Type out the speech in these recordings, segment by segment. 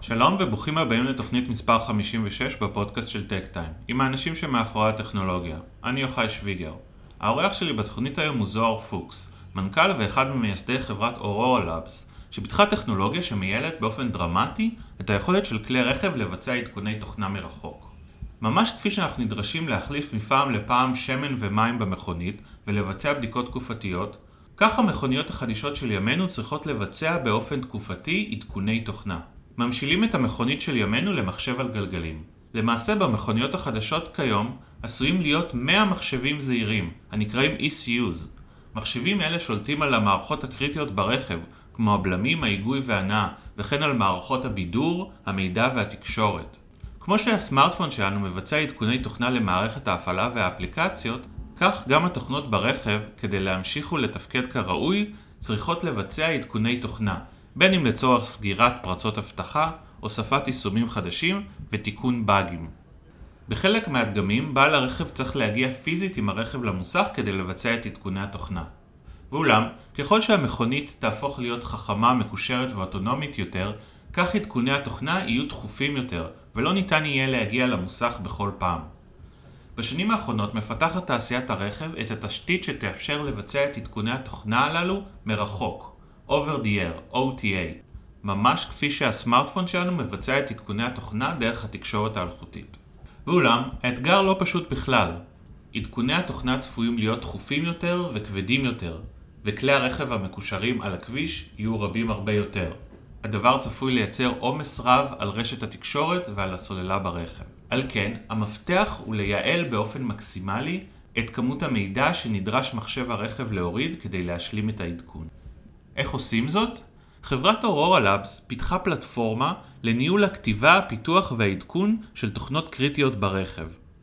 שלום וברוכים הבאים לתוכנית מספר 56 בפודקאסט של טק טיים, עם האנשים שמאחורי הטכנולוגיה. אני יוחאי שוויגר. האורח שלי בתוכנית היום הוא זוהר פוקס, מנכ"ל ואחד ממייסדי חברת אורורה לאבס, שפיתחה טכנולוגיה שמיילת באופן דרמטי את היכולת של כלי רכב לבצע עדכוני תוכנה מרחוק. ממש כפי שאנחנו נדרשים להחליף מפעם לפעם שמן ומים במכונית ולבצע בדיקות תקופתיות, כך המכוניות החדישות של ימינו צריכות לבצע באופן תקופתי עדכוני תוכנה. ממשילים את המכונית של ימינו למחשב על גלגלים. למעשה במכוניות החדשות כיום עשויים להיות 100 מחשבים זעירים, הנקראים ECUs. מחשבים אלה שולטים על המערכות הקריטיות ברכב, כמו הבלמים, ההיגוי והנעה, וכן על מערכות הבידור, המידע והתקשורת. כמו שהסמארטפון שלנו מבצע עדכוני תוכנה למערכת ההפעלה והאפליקציות, כך גם התוכנות ברכב, כדי להמשיך ולתפקד כראוי, צריכות לבצע עדכוני תוכנה, בין אם לצורך סגירת פרצות אבטחה, הוספת יישומים חדשים ותיקון באגים. בחלק מהדגמים, בעל הרכב צריך להגיע פיזית עם הרכב למוסך כדי לבצע את עדכוני התוכנה. ואולם, ככל שהמכונית תהפוך להיות חכמה, מקושרת ואוטונומית יותר, כך עדכוני התוכנה יהיו דחופים יותר, ולא ניתן יהיה להגיע למוסך בכל פעם. בשנים האחרונות מפתחת תעשיית הרכב את התשתית שתאפשר לבצע את עדכוני התוכנה הללו מרחוק, over the air, OTA, ממש כפי שהסמארטפון שלנו מבצע את עדכוני התוכנה דרך התקשורת האלחוטית. ואולם, האתגר לא פשוט בכלל. עדכוני התוכנה צפויים להיות דחופים יותר וכבדים יותר, וכלי הרכב המקושרים על הכביש יהיו רבים הרבה יותר. הדבר צפוי לייצר עומס רב על רשת התקשורת ועל הסוללה ברכב. על כן, המפתח הוא לייעל באופן מקסימלי את כמות המידע שנדרש מחשב הרכב להוריד כדי להשלים את העדכון. איך עושים זאת? חברת אורורה לאבס פיתחה פלטפורמה לניהול הכתיבה, הפיתוח והעדכון של תוכנות קריטיות ברכב.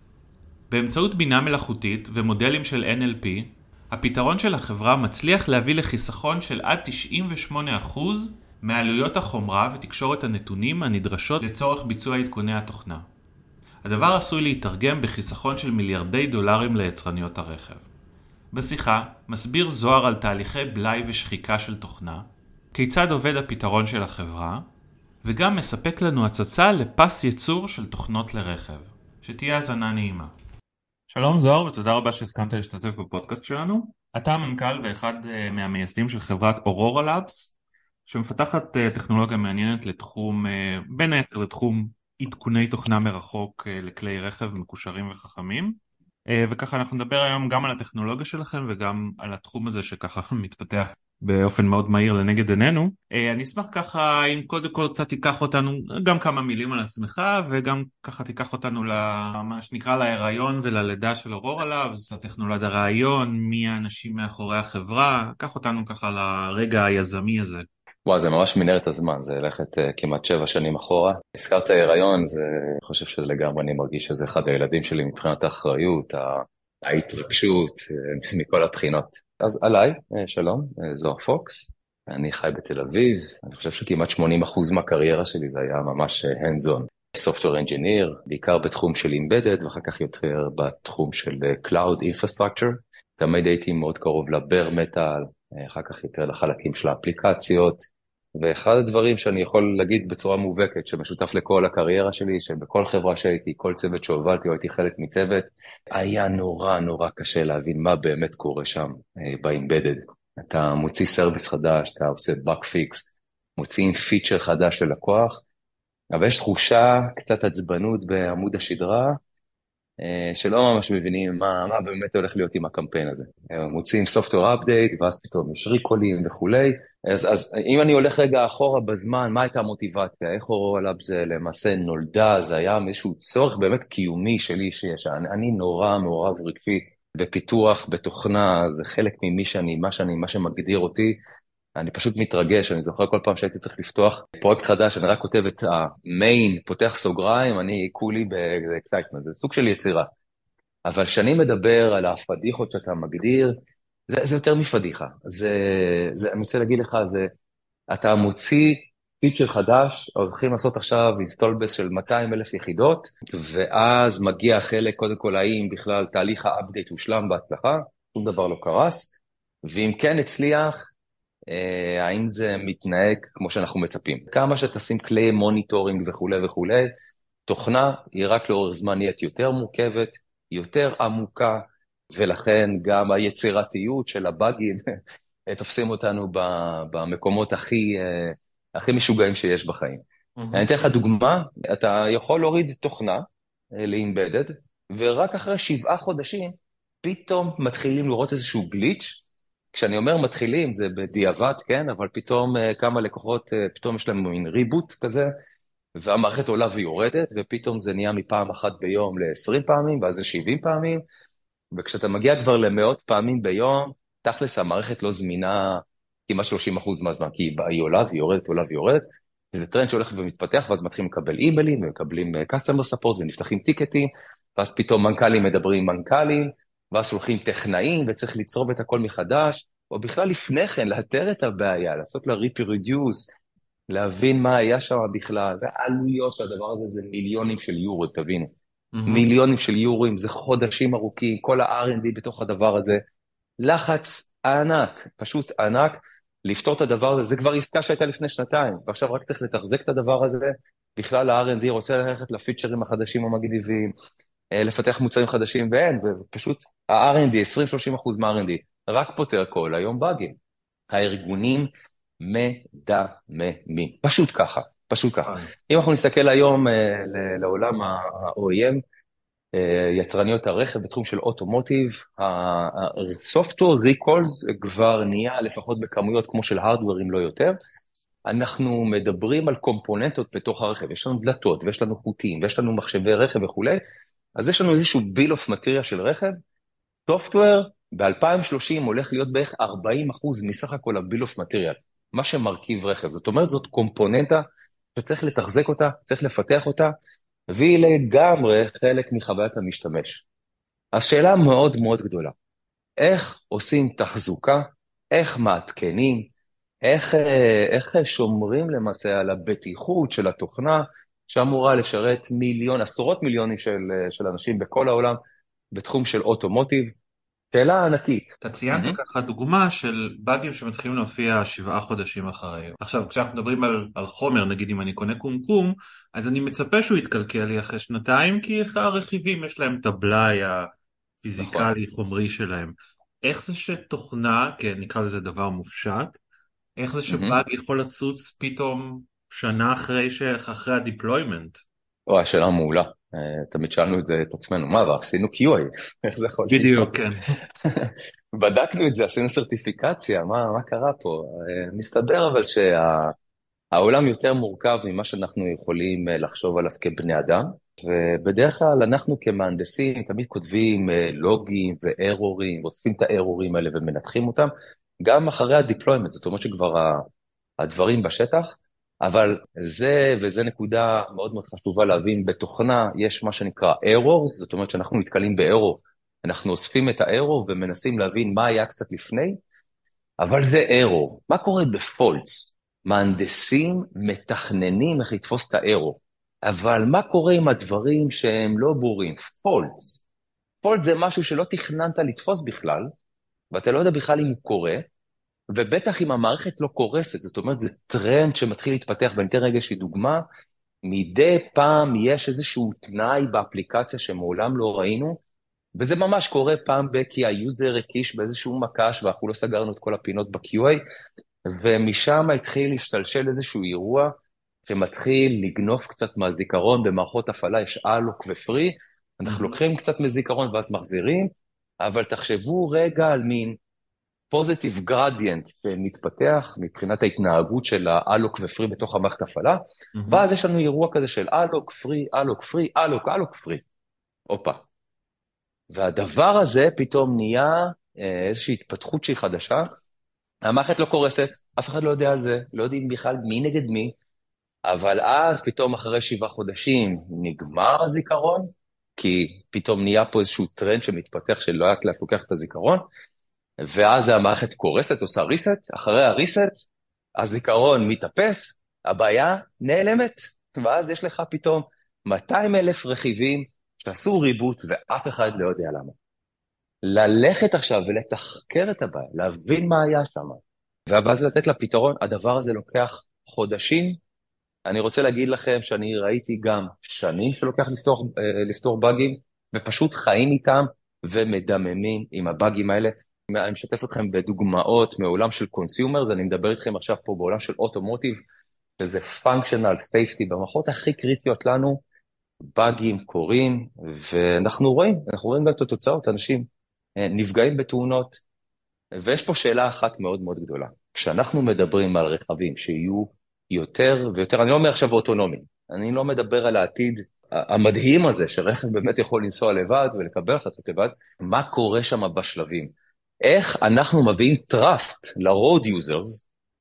באמצעות בינה מלאכותית ומודלים של NLP, הפתרון של החברה מצליח להביא לחיסכון של עד 98% מעלויות החומרה ותקשורת הנתונים הנדרשות לצורך ביצוע עדכוני התוכנה. הדבר עשוי להתרגם בחיסכון של מיליארדי דולרים ליצרניות הרכב. בשיחה מסביר זוהר על תהליכי בלאי ושחיקה של תוכנה, כיצד עובד הפתרון של החברה, וגם מספק לנו הצצה לפס ייצור של תוכנות לרכב. שתהיה האזנה נעימה. שלום זוהר ותודה רבה שהסכמת להשתתף בפודקאסט שלנו. אתה המנכ"ל ואחד מהמייסדים של חברת אורורה לאבס, שמפתחת טכנולוגיה מעניינת לתחום, בין היתר לתחום עדכוני תוכנה מרחוק לכלי רכב מקושרים וחכמים. וככה אנחנו נדבר היום גם על הטכנולוגיה שלכם וגם על התחום הזה שככה מתפתח באופן מאוד מהיר לנגד עינינו. אני אשמח ככה אם קודם כל קצת תיקח אותנו גם כמה מילים על עצמך וגם ככה תיקח אותנו למה שנקרא להיריון וללידה של אורורה לאבס, הטכנולוגיית הרעיון, מי האנשים מאחורי החברה, קח אותנו ככה לרגע היזמי הזה. וואו, זה ממש מנהרת הזמן, זה הלכת כמעט 7 שנים אחורה. הזכרת ההיריון, אני חושב שזה לגמרי, אני מרגיש שזה אחד הילדים שלי מבחינת האחריות, ההתרגשות, מכל הבחינות. אז עליי, שלום, זוהר פוקס, אני חי בתל אביב, אני חושב שכמעט 80% מהקריירה שלי זה היה ממש hands-on. Software Engineer, בעיקר בתחום של Embedded, ואחר כך יותר בתחום של Cloud Infrastructure. תמיד הייתי מאוד קרוב לבר מטל, אחר כך יותר לחלקים של האפליקציות, ואחד הדברים שאני יכול להגיד בצורה מובהקת, שמשותף לכל הקריירה שלי, שבכל חברה שהייתי, כל צוות שהובלתי או הייתי חלק מצוות, היה נורא נורא קשה להבין מה באמת קורה שם ב-Embedded. אתה מוציא סרוויס חדש, אתה עושה bug fix, מוציאים פיצ'ר חדש ללקוח, אבל יש תחושה, קצת עצבנות בעמוד השדרה, שלא ממש מבינים מה באמת הולך להיות עם הקמפיין הזה. מוצאים software update, ואז פתאום יש ריקולים וכולי. אז אם אני הולך רגע אחורה בזמן, מה הייתה המוטיבציה? איך אורורה לאבס זה למעשה נולדה? זה היה איזשהו צורך באמת קיומי שלי שיש. אני נורא מעורב רגשית בפיתוח, בתוכנה, זה חלק מה שמגדיר אותי. אני פשוט מתרגש, אני זוכר כל פעם שהייתי צריך לפתוח פרויקט חדש, אני רק כותב את המיין, פותח סוגריים, אני כולי באקסייטמנט, זה סוג של יצירה. אבל כשאני מדבר על הפדיחות שאתה מגדיר, זה יותר מפדיחה. אני רוצה להגיד לך, אתה מוציא פיצ'ר חדש, הולכים לעשות עכשיו אינסטול של 200,000 יחידות, ואז מגיע חלק, קודם כל, האם בכלל תהליך האפדייט הושלם בהצלחה, שום דבר לא קרס, ואם כן הצליח, האם זה מתנהג כמו שאנחנו מצפים. כמה שתשים כלי מוניטורינג וכולי וכולי, תוכנה היא רק לאורך זמן נהיית יותר מורכבת, יותר עמוקה, ולכן גם היצירתיות של הבאגים תופסים אותנו במקומות הכי משוגעים שיש בחיים. אני אתן לך דוגמה, אתה יכול להוריד תוכנה ל-Embedded, ורק אחרי 7 חודשים, פתאום מתחילים לראות איזשהו גליץ'. כשאני אומר מתחילים, זה בדיעבד, כן? אבל פתאום כמה לקוחות, פתאום יש להם מין ריבוט כזה, והמערכת עולה ויורדת, ופתאום זה נהיה מפעם אחת ביום ל-20 פעמים, ואז זה 70 פעמים, וכשאתה מגיע כבר למאות פעמים ביום, תכלס המערכת לא זמינה כמעט 30% מהזמן, כי היא עולה ויורדת, עולה ויורדת, זה טרנד שהולך ומתפתח, ואז מתחילים לקבל אימיילים, ומקבלים customer support, ונפתחים טיקטים, ואז פתאום מנכ"לים מדברים עם מנכ"לים, ואז שולחים טכנאים, וצריך לצרוב את הכל מחדש, או בכלל לפני כן, לאתר את הבעיה, לעשות לה reproduce, להבין מה היה שם בכלל, והעלויות של הדבר הזה זה מיליונים של יורו, תבינו. מיליונים של יורים, זה חודשים ארוכים, כל ה-R&D בתוך הדבר הזה, לחץ ענק, פשוט ענק, לפתור את הדבר הזה, זה כבר עסקה שהייתה לפני 2 ועכשיו רק צריך לתחזק את הדבר הזה, בכלל ה-R&D רוצה ללכת לפיצ'רים החדשים המגניבים, לפתח מוצרים חדשים, ואין, ופשוט ה-R&D, 20-30% מה-R&D, רק פותר כל היום באגים. הארגונים מדממים, פשוט ככה, פשוט ככה. אם אנחנו נסתכל היום לעולם ה-OEM, יצרניות הרכב בתחום של אוטומוטיב, ה-software recalls כבר נהיה לפחות בכמויות כמו של hardware אם לא יותר, אנחנו מדברים על קומפוננטות בתוך הרכב, יש לנו דלתות ויש לנו חוטים ויש לנו מחשבי רכב וכולי, אז יש לנו איזשהו bill of material של רכב, software ב-2030 הולך להיות בערך 40% מסך הכל ה-bill of material, מה שמרכיב רכב, זאת אומרת זאת קומפוננטה שצריך לתחזק אותה, צריך לפתח אותה, והיא לגמרי חלק מחוויית המשתמש. השאלה מאוד מאוד גדולה, איך עושים תחזוקה, איך מעדכנים, איך שומרים למעשה על הבטיחות של התוכנה, שאמורה לשרת עשרות מיליונים של אנשים בכל העולם, בתחום של אוטומוטיב, שאלה ענקית. אתה ציינת ככה דוגמה של באגים שמתחילים להופיע 7 חודשים אחרי. עכשיו, כשאנחנו מדברים על חומר, נגיד אם אני קונה קומקום, אז אני מצפה שהוא יתקלקל לי אחרי 2, כי הרכיבים יש להם את הבלאי הפיזיקלי, חומרי שלהם. איך זה שתוכנה, כן, נקרא לזה דבר מופשט, איך זה שבאג יכול לצוץ פתאום שנה אחרי הדיפלוימנט? השאלה מעולה. תמיד שאלנו את עצמנו, מה, ועשינו QA, איך זה יכול להיות? בדיוק, כן. בדקנו את זה, עשינו סרטיפיקציה, מה קרה פה? מסתבר אבל שהעולם יותר מורכב ממה שאנחנו יכולים לחשוב עליו כבני אדם, ובדרך כלל אנחנו כמהנדסים תמיד כותבים לוגים וארורים, אוספים את הארורים האלה ומנתחים אותם, גם אחרי הדיפלוימנט, זאת אומרת שכבר הדברים בשטח, אבל וזה נקודה מאוד מאוד חשובה להבין, בתוכנה יש מה שנקרא error, זאת אומרת שאנחנו נתקלים בארור, אנחנו אוספים את הארור ומנסים להבין מה היה קצת לפני, אבל זה error. מה קורה בפולס? מהנדסים מתכננים איך לתפוס את הארור, אבל מה קורה עם הדברים שהם לא ברורים? פולס. פולס זה משהו שלא תכננת לתפוס בכלל, ואתה לא יודע בכלל אם הוא קורה, ובטח אם המערכת לא קורסת, זאת אומרת, זה טרנד שמתחיל להתפתח, ואני אתן רגע שהיא דוגמה, מדי פעם יש איזשהו תנאי באפליקציה שמעולם לא ראינו, וזה ממש קורה פעם כי היוזר הקיש באיזשהו מקש, ואנחנו לא סגרנו את כל הפינות ב-QA, ומשם התחיל להשתלשל איזשהו אירוע, שמתחיל לגנוב קצת מהזיכרון, במערכות הפעלה יש אלוק ופרי, אנחנו לוקחים קצת מזיכרון ואז מחזירים, אבל תחשבו רגע על מין, פוזיטיב גרדיאנט שמתפתח מבחינת ההתנהגות של האלוק ופרי בתוך המערכת הפעלה, ואז יש לנו אירוע כזה של אלוק, פרי, אלוק, פרי, אלוק, אלוק, פרי. אופה. והדבר הזה פתאום נהיה איזושהי התפתחות שהיא חדשה, המערכת לא קורסת, אף אחד לא יודע על זה, לא יודעים בכלל מי נגד מי, אבל אז פתאום אחרי 7 חודשים נגמר הזיכרון, כי פתאום נהיה פה איזשהו טרנד שמתפתח שלא היה לוקח את הזיכרון, ואז המערכת קורסת, עושה ריסט, אחרי הריסט, הזיכרון מתאפס, הבעיה נעלמת, ואז יש לך פתאום 200,000 רכיבים שעשו ריבוט ואף אחד לא יודע למה. ללכת עכשיו ולתחקר את הבעיה, להבין מה היה שם, ואז לתת לה פתרון. הדבר הזה לוקח חודשים. אני רוצה להגיד לכם שאני ראיתי גם שנים שלוקח לפתור באגים, ופשוט חיים איתם ומדממים עם הבאגים האלה. אני משתף אתכם בדוגמאות מעולם של קונסיומרס, אני מדבר איתכם עכשיו פה בעולם של אוטומוטיב, שזה functional safety, במערכות הכי קריטיות לנו, באגים קורים, ואנחנו רואים גם את התוצאות, אנשים נפגעים בתאונות, ויש פה שאלה אחת מאוד מאוד גדולה. כשאנחנו מדברים על רכבים שיהיו יותר ויותר, אני לא אומר עכשיו אוטונומי, אני לא מדבר על העתיד המדהים הזה, שרכב באמת יכול לנסוע לבד ולקבל החלטות לבד, מה קורה שם בשלבים? איך אנחנו מביאים trust ל-road users,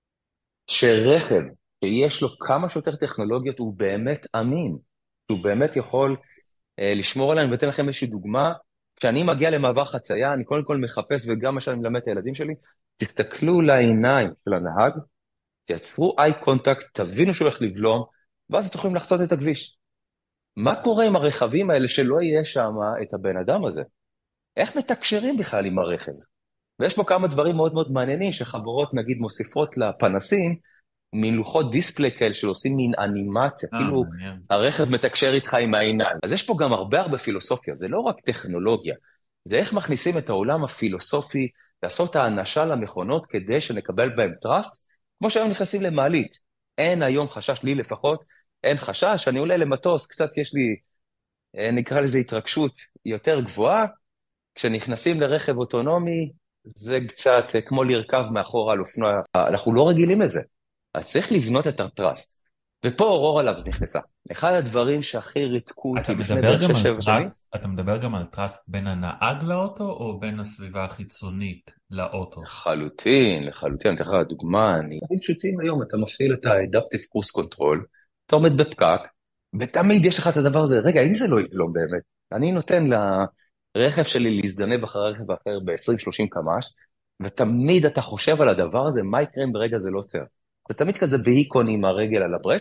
שרכב שיש לו כמה שיותר טכנולוגיות הוא באמת אמין, שהוא באמת יכול לשמור עליהם. ואתן לכם איזושהי דוגמה, כשאני מגיע למעבר חצייה, אני קודם כל מחפש, וגם מה שאני מלמד את הילדים שלי, תסתכלו לעיניים של הנהג, תייצרו איי קונטקט, תבינו שהוא הולך לבלום, ואז אתם יכולים לחצות את הכביש. מה קורה עם הרכבים האלה שלא יהיה שם את הבן אדם הזה? איך מתקשרים בכלל עם הרכב? ויש פה כמה דברים מאוד מאוד מעניינים, שחברות נגיד מוסיפות לפנסים, מין לוחות דיספלי כאלה שעושים מין אנימציה, כאילו מעניין. הרכב מתקשר איתך עם העיניים. אז יש פה גם הרבה פילוסופיה, זה לא רק טכנולוגיה, זה איך מכניסים את העולם הפילוסופי, לעשות את האנשה למכונות כדי שנקבל בהם טראסט, כמו שהיום נכנסים למעלית. אין היום חשש, לי לפחות, אין חשש, אני עולה למטוס, קצת יש לי, נקרא לזה התרגשות יותר גבוהה, כשנכנסים לרכב אוטונומי, זה קצת כמו לרכב מאחורה על אופנוע, אנחנו לא רגילים לזה. אז צריך לבנות את הטראסט. ופה אורורה לאבס נכנסה. אחד הדברים שהכי ריתקו אותי לפני בערך 6-7 שנים. אתה מדבר גם על טראסט בין הנהג לאוטו, או בין הסביבה החיצונית לאוטו? לחלוטין. אני אתן לך דוגמה, אני פשוטים היום, אתה מפעיל את ה-Adaptive Cruise Control, אתה עומד בפקק, ותמיד יש לך את הדבר הזה, רגע, אם זה לא יבלום באמת, אני נותן לרכב שלי להזדנב אחרי רכב אחר ב-20-30 קמ"ש, ותמיד אתה חושב על הדבר הזה, מה יקרה אם ברגע זה לא עוצר. אתה תמיד כזה בהיקון עם הרגל על הברק,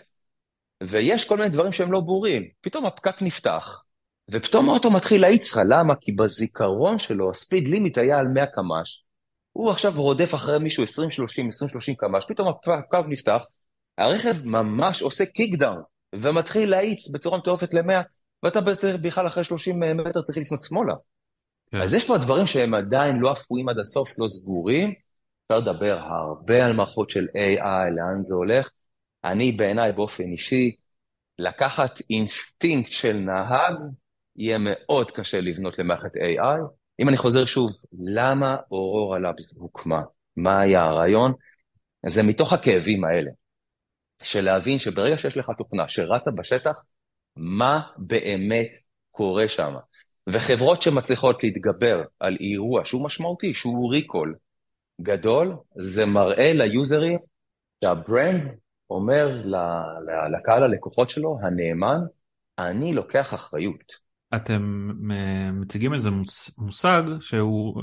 ויש כל מיני דברים שהם לא ברורים. פתאום הפקק נפתח, ופתאום האוטו מתחיל להאיץ לך. למה? כי בזיכרון שלו, הספיד לימיט היה על 100 קמ"ש, הוא עכשיו רודף אחרי מישהו 20-30 קמ"ש, פתאום הפקק נפתח, הרכב ממש עושה קיק דאון, ומתחיל להאיץ בצורה מטורפת ל-100, ואתה בכלל אחרי 30 מטר צריך לפנות שמאלה. כן. אז יש פה דברים שהם עדיין לא אפויים עד הסוף, לא סגורים, אפשר לדבר הרבה על מערכות של AI, לאן זה הולך. אני בעיניי באופן אישי, לקחת אינסטינקט של נהג, יהיה מאוד קשה לבנות למערכת AI. אם אני חוזר שוב, למה אורורה לאבס הוקמה? מה היה הרעיון? זה מתוך הכאבים האלה, של להבין שברגע שיש לך תוכנה שרצה בשטח, מה באמת קורה שם? וחברות שמצליחות להתגבר על אירוע שהוא משמעותי, שהוא ריקול, גדול, זה מראה ליוזרים שהברנד אומר לקהל הלקוחות שלו, הנאמן, אני לוקח אחריות. אתם מציגים איזה מושג שהוא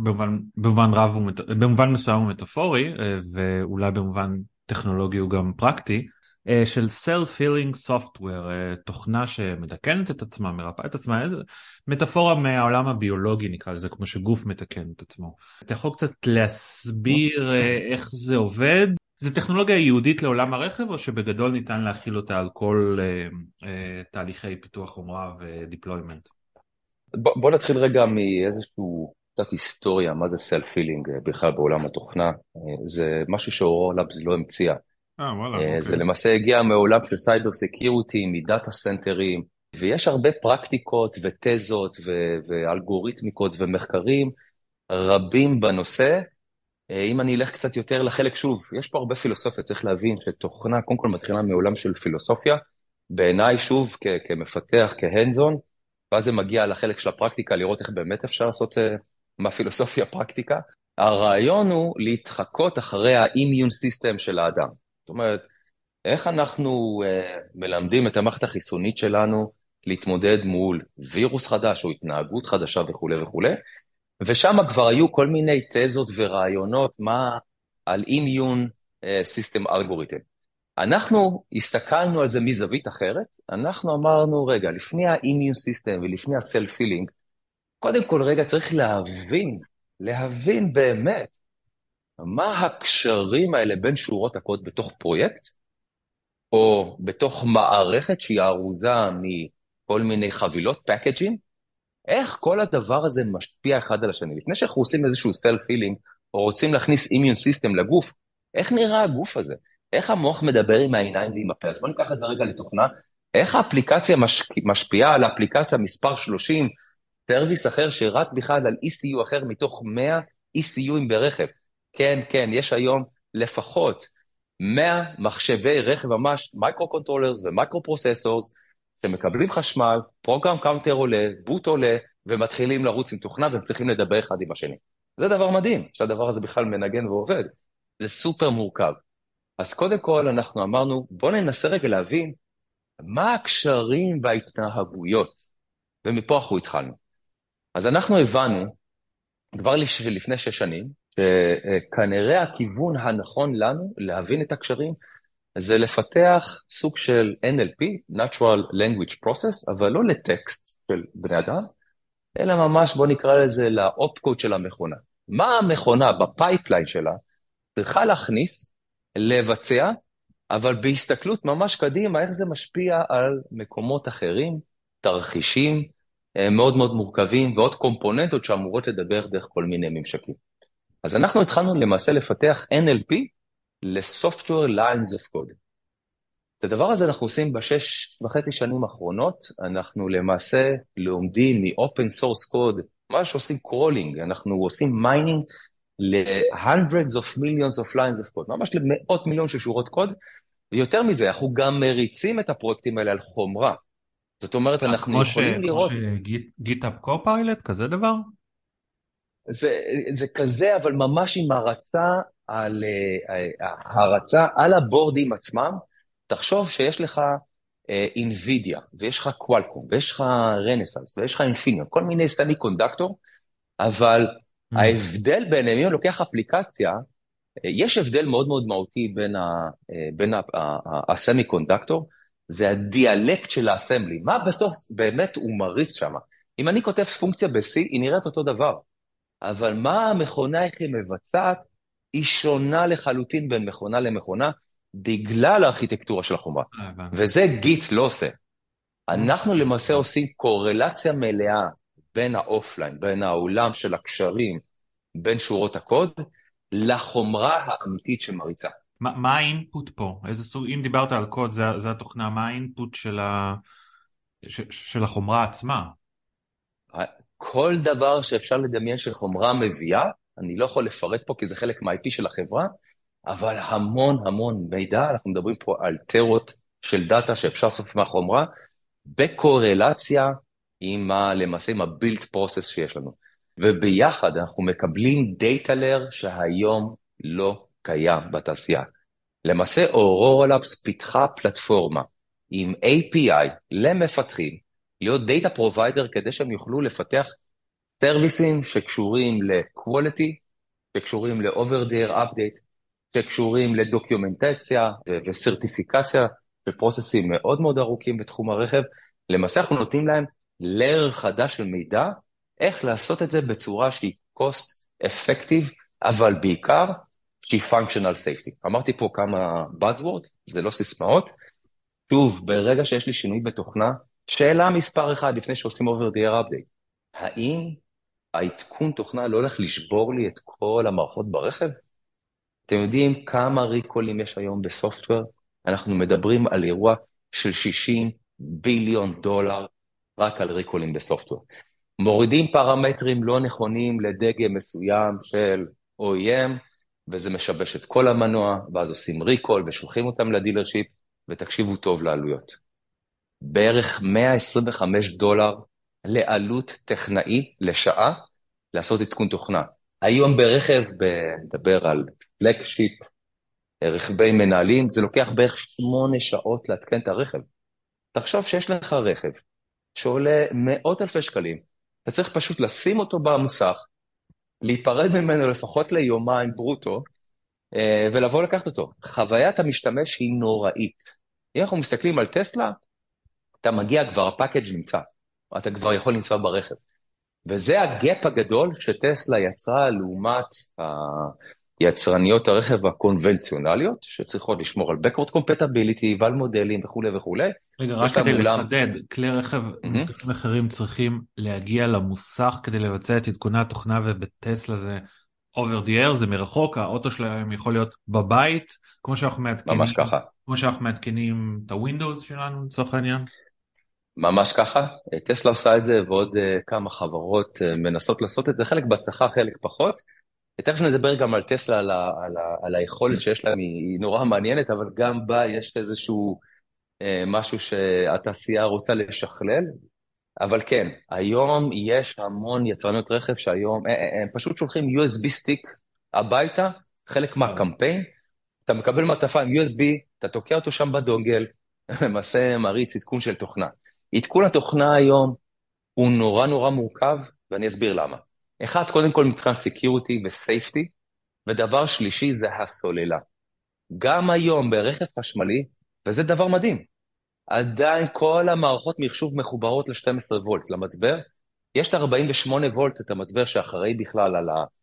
במובן מסוים הוא מטאפורי, ואולי במובן טכנולוגי הוא גם פרקטי, של self-healing software, תוכנה שמתקנת את עצמה, מרפאה את עצמה, איזה מטאפורה מהעולם הביולוגי נקרא לזה, כמו שגוף מתקן את עצמו. אתה יכול קצת להסביר איך זה עובד? זה טכנולוגיה ייעודית לעולם הרכב, או שבגדול ניתן להכיל אותה על כל תהליכי פיתוח חומרה ודיפלוימנט? בוא נתחיל רגע מאיזשהו קצת היסטוריה, מה זה self-healing בכלל בעולם התוכנה. זה משהו שאורורה לאבס לא המציאה. זה למעשה הגיע מעולם של סייבר סקיוריטי, מדאטה סנטרים, ויש הרבה פרקטיקות ותזות ואלגוריתמיקות ומחקרים רבים בנושא. אם אני אלך קצת יותר לחלק, שוב, יש פה הרבה פילוסופיה, צריך להבין שתוכנה קודם כל מתחילה מעולם של פילוסופיה, בעיניי שוב כמפתח, כהנדזון, ואז זה מגיע לחלק של הפרקטיקה, לראות איך באמת אפשר לעשות מהפילוסופיה פרקטיקה. הרעיון הוא להתחקות אחרי האימיון סיסטם של האדם. זאת אומרת, איך אנחנו מלמדים את המערכת החיסונית שלנו להתמודד מול וירוס חדש או התנהגות חדשה וכו' וכו'. ושם כבר היו כל מיני תזות ורעיונות על אימיון סיסטם אלגוריתם. אנחנו הסתכלנו על זה מזווית אחרת, אנחנו אמרנו, רגע, לפני האימיון סיסטם ולפני הסלף-פילינג, קודם כל רגע צריך להבין באמת מה הקשרים האלה בין שורות הקוד בתוך פרויקט, או בתוך מערכת שהיא ארוזה מכל מיני חבילות, פאקג'ים, איך כל הדבר הזה משפיע אחד על השני. לפני שאנחנו עושים איזשהו self-healing, או רוצים להכניס immune system לגוף, איך נראה הגוף הזה? איך המוח מדבר עם העיניים ועם הפה? אז בואו ניקח את זה רגע לתוכנה. איך האפליקציה משפיעה על האפליקציה מספר 30, סרוויס אחר שרץ בכלל על ECU אחר מתוך 100 ECUים ברכב. כן, כן, יש היום לפחות 100 מחשבי רכב ממש, מייקרו-קונטרולרס ומייקרו-פרוססורס, שמקבלים חשמל, פרוגרם קאונטר עולה, בוט עולה, ומתחילים לרוץ עם תוכנה, והם צריכים לדבר אחד עם השני. זה דבר מדהים, שהדבר הזה בכלל מנגן ועובד. זה סופר מורכב. אז קודם כל אנחנו אמרנו, בואו ננסה רגע להבין מה הקשרים וההתנהגויות, ומפה אנחנו התחלנו. אז אנחנו הבנו, כבר לפני 6 שנים, שכנראה הכיוון הנכון לנו להבין את הקשרים, זה לפתח סוג של NLP, Natural Language Process, אבל לא לטקסט של בני אדם, אלא ממש בוא נקרא לזה לאופקוד של המכונה. מה המכונה בפייפליין שלה צריכה להכניס, לבצע, אבל בהסתכלות ממש קדימה, איך זה משפיע על מקומות אחרים, תרחישים מאוד מאוד מורכבים, ועוד קומפוננטות שאמורות לדבר דרך כל מיני ממשקים. אז אנחנו התחלנו למעשה לפתח NLP ל-Software Lines of Code. את הדבר הזה אנחנו עושים ב6.5 שנים האחרונות, אנחנו למעשה לומדים מ-Open Source Code, מה שעושים קרולינג, אנחנו עושים מיינינג ל-hundreds of millions of lines of code, ממש למאות מיליון של שורות קוד, ויותר מזה, אנחנו גם מריצים את הפרויקטים האלה על חומרה. זאת אומרת, אנחנו יכולים לראות... כמו שגיטאפ קופיילוט, כזה דבר? זה כזה, אבל ממש עם הרצה על הבורדים עצמם. תחשוב שיש לך NVIDIA, ויש לך קוואלקום, ויש לך רנסנס, ויש לך אינפיניון, כל מיני סטני קונדקטור, אבל ההבדל ביניהם, אם לוקח אפליקציה, יש הבדל מאוד מאוד מהותי בין הסמי קונדקטור, זה הדיאלקט של האסמבלי. מה בסוף באמת הוא מריץ שם? אם אני כותב פונקציה ב-C, היא נראית אותו דבר. אבל מה המכונה, איך היא מבצעת, היא שונה לחלוטין בין מכונה למכונה, בגלל הארכיטקטורה של החומרה. וזה גיט לא עושה. אנחנו למעשה עושים קורלציה מלאה בין האופליין, בין העולם של הקשרים, בין שורות הקוד, לחומרה האמיתית שמריצה. מה האינפוט פה? אם דיברת על קוד, זה התוכנה, מה האינפוט של החומרה עצמה? כל דבר שאפשר לדמיין של חומרה מביאה, אני לא יכול לפרט פה כי זה חלק מה-IP של החברה, אבל המון המון מידע, אנחנו מדברים פה על טרות של דאטה שאפשר לעשות מהחומרה, בקורלציה למעשה עם ה-build process שיש לנו. וביחד אנחנו מקבלים data layer שהיום לא קיים בתעשייה. למעשה אורורה לאבס פיתחה פלטפורמה עם API למפתחים, להיות data provider כדי שהם יוכלו לפתח סרוויסים שקשורים ל-quality, שקשורים ל-over the air update, שקשורים לדוקיומנטציה וסרטיפיקציה בפרוססים מאוד מאוד ארוכים בתחום הרכב. למעשה אנחנו נותנים להם layer חדש של מידע, איך לעשות את זה בצורה שהיא cost effective, אבל בעיקר שהיא functional safety. אמרתי פה כמה buzzwords, זה לא סיסמאות. שוב, ברגע שיש לי שינוי בתוכנה, שאלה מספר 1 לפני שעושים over the air update, האם העדכון תוכנה לא הולך לשבור לי את כל המערכות ברכב? אתם יודעים כמה ריקולים יש היום בסופטוור? אנחנו מדברים על אירוע של $60 ביליון רק על ריקולים בסופטוור. מורידים פרמטרים לא נכונים לדגם מסוים של OEM, וזה משבש את כל המנוע, ואז עושים ריקול ושולחים אותם לדילרשיפ, ותקשיבו טוב לעלויות. בערך $125 לעלות טכנאי לשעה, לעשות עדכון תוכנה. היום ברכב, מדבר על פלגשיפ, רכבי מנהלים, זה לוקח בערך 8 שעות להתקן את הרכב. תחשוב שיש לך רכב, שעולה מאות אלפי שקלים, אתה צריך פשוט לשים אותו במוסך, להיפרד ממנו לפחות ליומיים ברוטו, ולבוא לקחת אותו. חוויית המשתמש היא נוראית. אם אנחנו מסתכלים על טסלה, אתה מגיע כבר, הפאקג' נמצא, אתה כבר יכול לנסוע ברכב. וזה הגאפ הגדול שטסלה יצרה לעומת יצרניות הרכב הקונבנציונליות, שצריכות לשמור על backward compatibility ועל מודלים וכו' וכו'. רגע, רק יש להם כדי אולם. לחדד, כלי רכב מותגים אחרים צריכים להגיע למוסך כדי לבצע את עדכוני התוכנה, ובטסלה זה over the air, זה מרחוק, האוטו שלהם יכול להיות בבית, ממש ככה. כמו שאנחנו מעדכנים את הווינדוס שלנו, לצורך העניין. ממש ככה. טסלה עושה את זה, ועוד כמה חברות מנסות לעשות את זה, חלק בהצלחה, חלק פחות. תכף נדבר גם על טסלה, על היכולת שיש להם, היא נורא מעניינת, אבל גם בה יש איזשהו משהו שהתעשייה רוצה לשכלל. אבל כן, היום יש המון יצרניות רכב שהיום, הם פשוט שולחים USB סטיק הביתה, חלק מהקמפיין, אתה מקבל מעטפה עם USB, אתה תוקע אותו שם בדונגל, למעשה מריץ עדכון של תוכנה. עדכון התוכנה היום הוא נורא נורא מורכב, ואני אסביר למה. אחד, קודם כל מבחינת סקיוריטי וסייפטי, ודבר שלישי זה הסוללה. גם היום ברכב חשמלי, וזה דבר מדהים, עדיין כל המערכות מחשוב מחוברות ל-12 וולט, למצבר. יש את 48 וולט, את המצבר שאחראי בכלל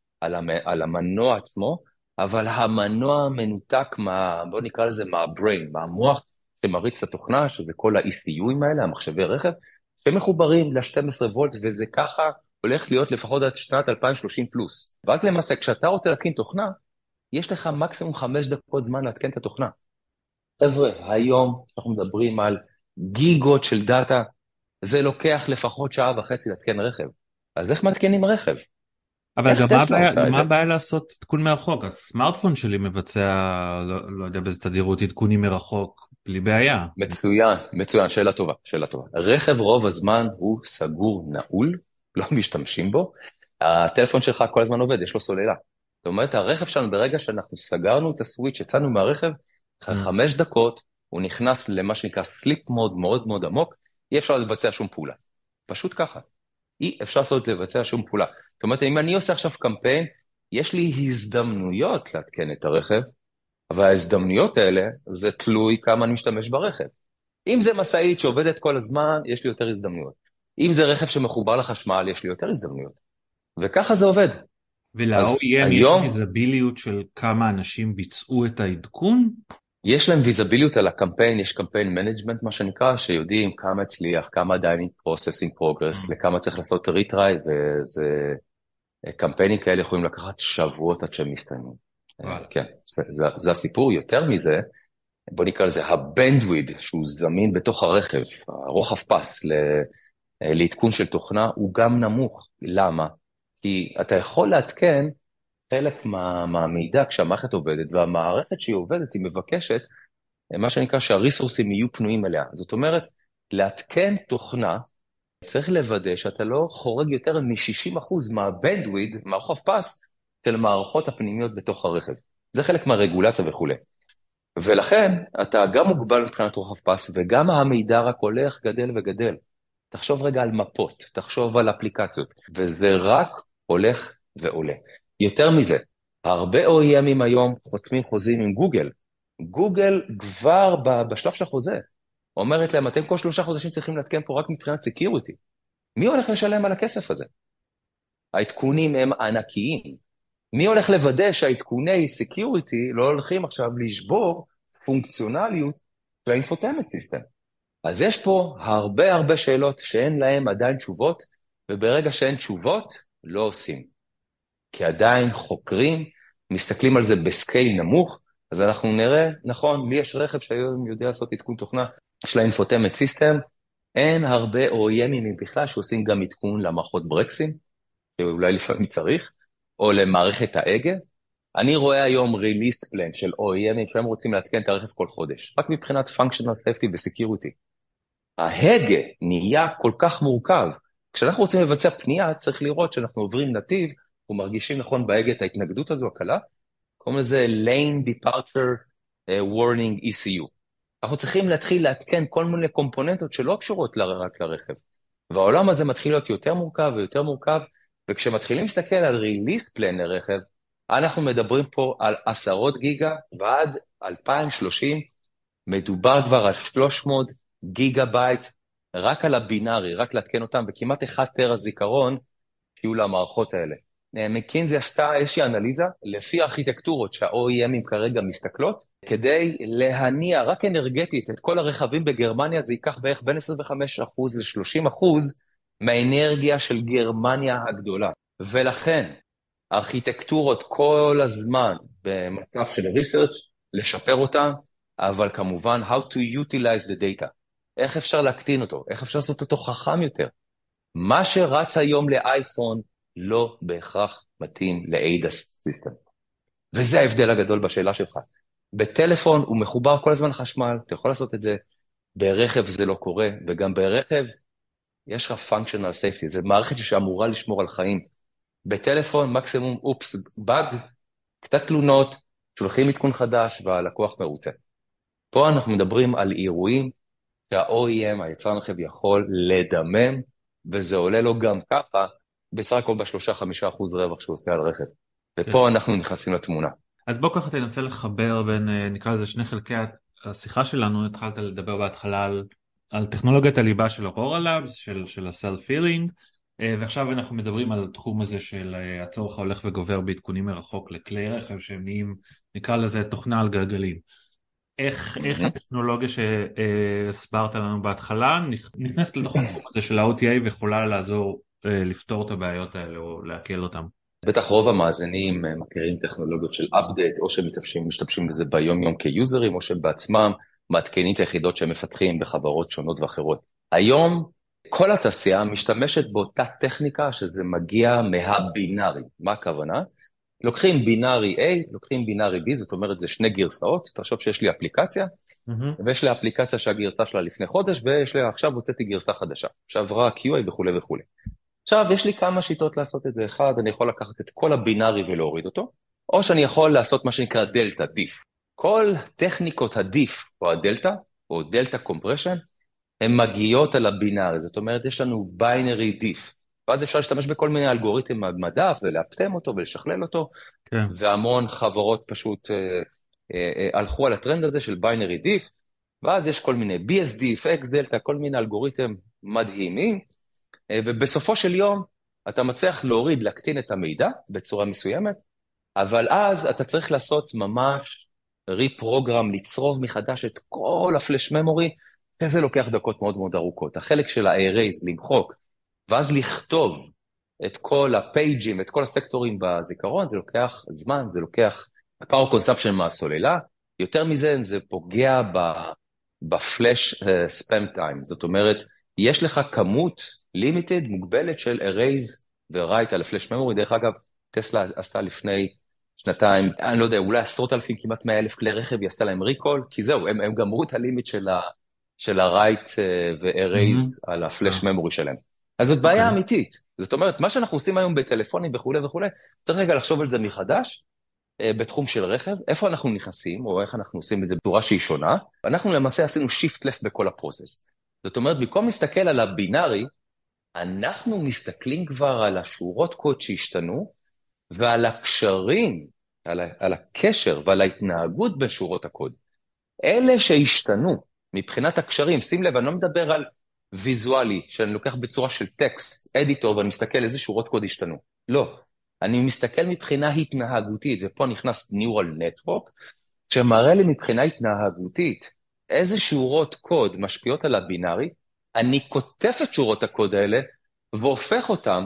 על המנוע עצמו, אבל המנוע מנותק בוא נקרא לזה מהבריין, מהמוח שמריץ את התוכנה, שזה כל ה-ECUים האלה, המחשבי רכב, שמחוברים ל-12 וולט, וזה ככה הולך להיות לפחות עד שנת 2030 פלוס. ואז למעשה, כשאתה רוצה להתקין תוכנה, יש לך מקסימום 5 דקות זמן להתקין את התוכנה. חבר'ה, היום אנחנו מדברים על גיגות של דאטה, זה לוקח לפחות שעה וחצי להתקן רכב. אז איך מתקנים רכב? אבל גם מה הבעיה לעשות עדכון מרחוק? הסמארטפון שלי מבצע, לא יודע באיזה תדירות, עדכונים מרחוק, בלי בעיה. מצוין, מצוין, שאלה טובה, שאלה טובה. רכב רוב הזמן הוא סגור, נעול, לא משתמשים בו. הטלפון שלך כל הזמן עובד, יש לו סוללה. זאת אומרת, הרכב שלנו, ברגע שאנחנו סגרנו את הסוויץ', יצאנו מהרכב, 5 דקות, הוא נכנס למה שנקרא סליפ מוד מאוד מאוד עמוק, אי אפשר לבצע שום פעולה. פשוט ככה. אי אפשר לעשות לבצע שום פעולה. זאת אומרת, אם אני עושה עכשיו קמפיין, יש לי הזדמנויות להתקן את הרכב, אבל ההזדמנויות האלה, זה תלוי כמה אני משתמש ברכב. אם זה מסעית שעובדת כל הזמן, יש לי יותר הזדמנויות. אם זה רכב שמחובר לחשמל, יש לי יותר הזדמנויות. וככה זה עובד. ול-OEM יש ויזביליות של כמה אנשים ביצעו את העדכון? יש להם ויזביליות על הקמפיין, יש קמפיין מנג'מנט מה שנקרא, שיודעים כמה הצליח, כמה עדיין processing progress, לכמה צריך לעשות ריטריי, וזה קמפיינים כאלה יכולים לקחת שבועות עד שהם מסתיימים. כן, זה הסיפור. יותר מזה, בוא נקרא לזה הבנדוויד, שהוא זמין בתוך הרכב, הרוחב פס לעדכון של תוכנה, הוא גם נמוך. למה? כי אתה יכול להתקן חלק מהמידע כשהמערכת עובדת, והמערכת שהיא עובדת היא מבקשת, מה שנקרא שהריסורסים יהיו פנויים אליה. זאת אומרת, להתקן תוכנה, צריך לוודא שאתה לא חורג יותר מ-60% מהבנדוויד, מהרוחב פס, של מערכות הפנימיות בתוך הרכב. זה חלק מהרגולציה וכו'. ולכן, אתה גם מוגבל מבחינת רוחב פס, וגם המידע רק הולך, גדל וגדל. תחשוב רגע על מפות, תחשוב על אפליקציות, וזה רק הולך ועולה. יותר מזה, הרבה OEMים היום חותמים חוזים עם גוגל. גוגל כבר בשלב של החוזה, אומרת להם, אתם כל 3 חודשים צריכים להתקן פה רק מבחינת סקיוריטי. מי הולך לשלם על הכסף הזה? העדכונים הם ענקיים. מי הולך לוודא שהעדכוני סקיוריטי לא הולכים עכשיו לשבור פונקציונליות של האינפוטיימנט סיסטם? אז יש פה הרבה שאלות שאין להם עדיין תשובות, וברגע שאין תשובות, לא עושים. כי עדיין חוקרים, מסתכלים על זה בסקייל נמוך, אז אנחנו נראה, נכון, לי יש רכב שהיום יודע לעשות עדכון תוכנה של האינפוטיימנט סיסטם, אין הרבה OEMים בכלל שעושים גם עדכון למערכות ברקסים, שאולי לפעמים צריך, או למערכת ההגה. אני רואה היום release plan של OEMים שהם רוצים להתקן את הרכב כל חודש, רק מבחינת functional safety ו-security. ההגה נהיה כל כך מורכב. כשאנחנו רוצים לבצע פנייה, צריך לראות שאנחנו עוברים נתיב, ומרגישים נכון בהגה את ההתנגדות הזו הקלה, קוראים לזה lane departure warning ECU. אנחנו צריכים להתחיל להתקן כל מיני קומפוננטות שלא קשורות רק לרכב. והעולם הזה מתחיל להיות יותר מורכב ויותר מורכב, וכשמתחילים להסתכל על release plan לרכב, אנחנו מדברים פה על 10 גיגה, ועד 2030 מדובר כבר על 300 גיגה בייט, רק על הבינארי, רק להתקן אותם, וכמעט 1 טרה זיכרון שיהיו למערכות האלה. מקינזי עשתה איזושהי אנליזה לפי הארכיטקטורות שה-OEMים כרגע מסתכלות, כדי להניע רק אנרגטית את כל הרכבים בגרמניה, זה ייקח בערך בין 25% ל-30% מהאנרגיה של גרמניה הגדולה. ולכן, הארכיטקטורות כל הזמן במצב של ריסרצ' לשפר אותן, אבל כמובן, how to utilize the data. איך אפשר להקטין אותו? איך אפשר לעשות אותו חכם יותר? מה שרץ היום לאייפון לא בהכרח מתאים ל-ADAS סיסטם. וזה ההבדל הגדול בשאלה שלך. בטלפון הוא מחובר כל הזמן לחשמל, אתה יכול לעשות את זה, ברכב זה לא קורה, וגם ברכב יש לך functional safety, זה מערכת שאמורה לשמור על חיים. בטלפון מקסימום אופס, באג, קצת תלונות, שולחים עדכון חדש והלקוח מרוצה. פה אנחנו מדברים על אירועים שה-OEM, היצרן רכב, יכול לדמם, וזה עולה לו גם ככה, בסך הכל ב3-5% רווח שהוא עושה על רכב. ופה אנחנו נכנסים לתמונה. אז בוא ככה תנסה לחבר בין, נקרא לזה שני חלקי השיחה שלנו. התחלת לדבר בהתחלה על טכנולוגיית הליבה של אורורה לאבס, של ה-self-healing, ועכשיו אנחנו מדברים על התחום הזה של הצורך ההולך וגובר בעדכונים מרחוק לכלי רכב, שהם נהיים, נקרא לזה תוכנה על גלגלים. איך הטכנולוגיה שהסברת לנו בהתחלה נכנסת לתוך התחום הזה של ה-OTA ויכולה לעזור לפתור את הבעיות האלה או להקל אותם? בטח רוב המאזינים מכירים טכנולוגיות של update, או שמשתמשים בזה ביום יום כיוזרים, או שבעצמם מעדכנים את היחידות שהם מפתחים בחברות שונות ואחרות. היום כל התעשייה משתמשת באותה טכניקה שזה מגיע מהבינארי. מה הכוונה? לוקחים בינארי A, לוקחים בינארי B, זאת אומרת זה שני גרסאות, תחשוב שיש לי אפליקציה, ויש לי אפליקציה שהגרסה שלה לפני חודש, ויש לי עכשיו הוצאתי גרסה חדשה, שעברה QA וכו' וכו'. עכשיו יש לי כמה שיטות לעשות את זה. אחד, אני יכול לקחת את כל הבינארי ולהוריד אותו, או שאני יכול לעשות מה שנקרא דלטה, דיף. כל טכניקות הדיף או הדלטה, או דלטה קומפרשן, הן מגיעות על הבינארי, זאת אומרת יש לנו ביינרי דיף. ואז אפשר להשתמש בכל מיני אלגוריתם מדף, ולאפטם אותו ולשכלל אותו, כן. והמון חברות פשוט הלכו על הטרנד הזה של ביינרי דיף, ואז יש כל מיני BSD, X דלטה, כל מיני אלגוריתם מדהימים, ובסופו של יום אתה מצליח להוריד, להקטין את המידע בצורה מסוימת, אבל אז אתה צריך לעשות ממש ריפרוגרם, לצרוב מחדש את כל הפלש ממורי, וזה לוקח דקות מאוד מאוד ארוכות. החלק של ה-erase, למחוק, ואז לכתוב את כל הפייג'ים, את כל הסקטורים בזיכרון, זה לוקח זמן, זה לוקח power consumption מהסוללה, יותר מזה זה פוגע בפלש spam time, זאת אומרת, יש לך כמות limited, מוגבלת של erase ו-write על הפלש memory, דרך אגב, טסלה עשתה לפני שנתיים, אני לא יודע, אולי 10,000, כמעט 100,000 כלי רכב, היא עשתה להם ריקול, כי זהו, הם גמרו את הלימיט של ה-write ו-erase על הפלש memory שלהם. אז זאת בעיה אמיתית. זאת אומרת, מה שאנחנו עושים היום בטלפונים וכו' וכו', צריך רגע לחשוב על זה מחדש, בתחום של רכב, איפה אנחנו נכנסים, או איך אנחנו עושים את זה בצורה שהיא שונה, אנחנו למעשה עשינו shift left בכל הפרוסס. זאת אומרת, במקום להסתכל על הבינארי, אנחנו מסתכלים כבר על השורות קוד שהשתנו, ועל הקשרים, על הקשר ועל ההתנהגות בין שורות הקוד. אלה שהשתנו מבחינת הקשרים, שים לב, אני לא מדבר על ויזואלי, שאני לוקח בצורה של טקסט, אדיטור, ואני מסתכל איזה שורות קוד השתנו. לא. אני מסתכל מבחינה התנהגותית, ופה נכנס Neural Network, שמראה לי מבחינה התנהגותית, איזה שורות קוד משפיעות על הבינארי, אני כותב את שורות הקוד האלה, והופך אותם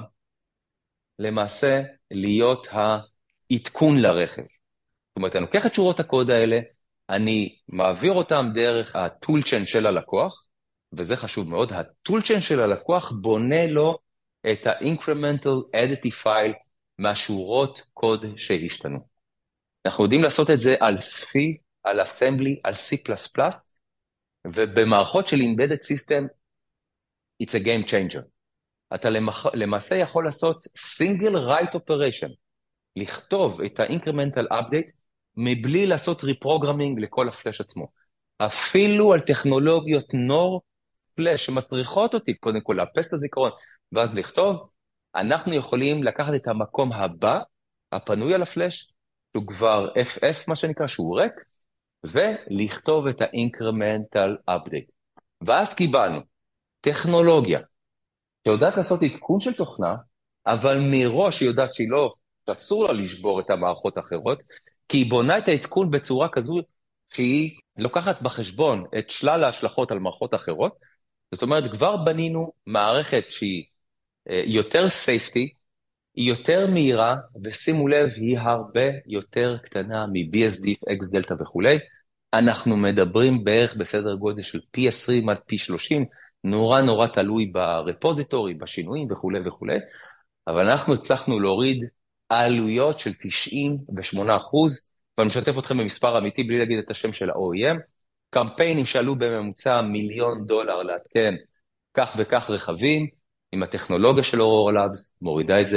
למעשה להיות העדכון לרכב. זאת אומרת, אני לוקח את שורות הקוד האלה, אני מעביר אותם דרך הטולצ'ן של הלקוח, וזה חשוב מאוד, הטולצ'ן של הלקוח בונה לו את ה-incremental additive file מהשורות קוד שהשתנו. אנחנו יודעים לעשות את זה על SFI, על Assembly, על C++, ובמערכות של Embedded System, it's a game changer. אתה למעשה יכול לעשות single write operation, לכתוב את ה-incremental update, מבלי לעשות reprogramming לכל הפלש עצמו. אפילו על טכנולוגיות נור פלש שמטריחות אותי, קודם כל לאפס את הזיכרון, ואז לכתוב, אנחנו יכולים לקחת את המקום הבא, הפנוי על הפלש, שהוא כבר FF, מה שנקרא, שהוא ריק, ולכתוב את ה-incremental update. ואז קיבלנו טכנולוגיה, שיודעת לעשות עדכון של תוכנה, אבל מראש היא יודעת שאסור לה לשבור את המערכות האחרות, כי היא בונה את העדכון בצורה כזו שהיא לוקחת בחשבון את שלל ההשלכות על מערכות אחרות. זאת אומרת, כבר בנינו מערכת שהיא יותר safety, היא יותר מהירה, ושימו לב, היא הרבה יותר קטנה מ-BSD, X-Delta וכולי. אנחנו מדברים בערך בסדר גודל של פי 20 עד פי 30, נורא נורא תלוי ברפוזיטורי, בשינויים וכולי וכולי, אבל אנחנו הצלחנו להוריד העלויות של 98%, ואני משתף אתכם במספר אמיתי בלי להגיד את השם של ה-OEM, קמפיינים שעלו בממוצע $1,000,000 לעדכן כך וכך רכבים, עם הטכנולוגיה של אורורה לאבס, מורידה את זה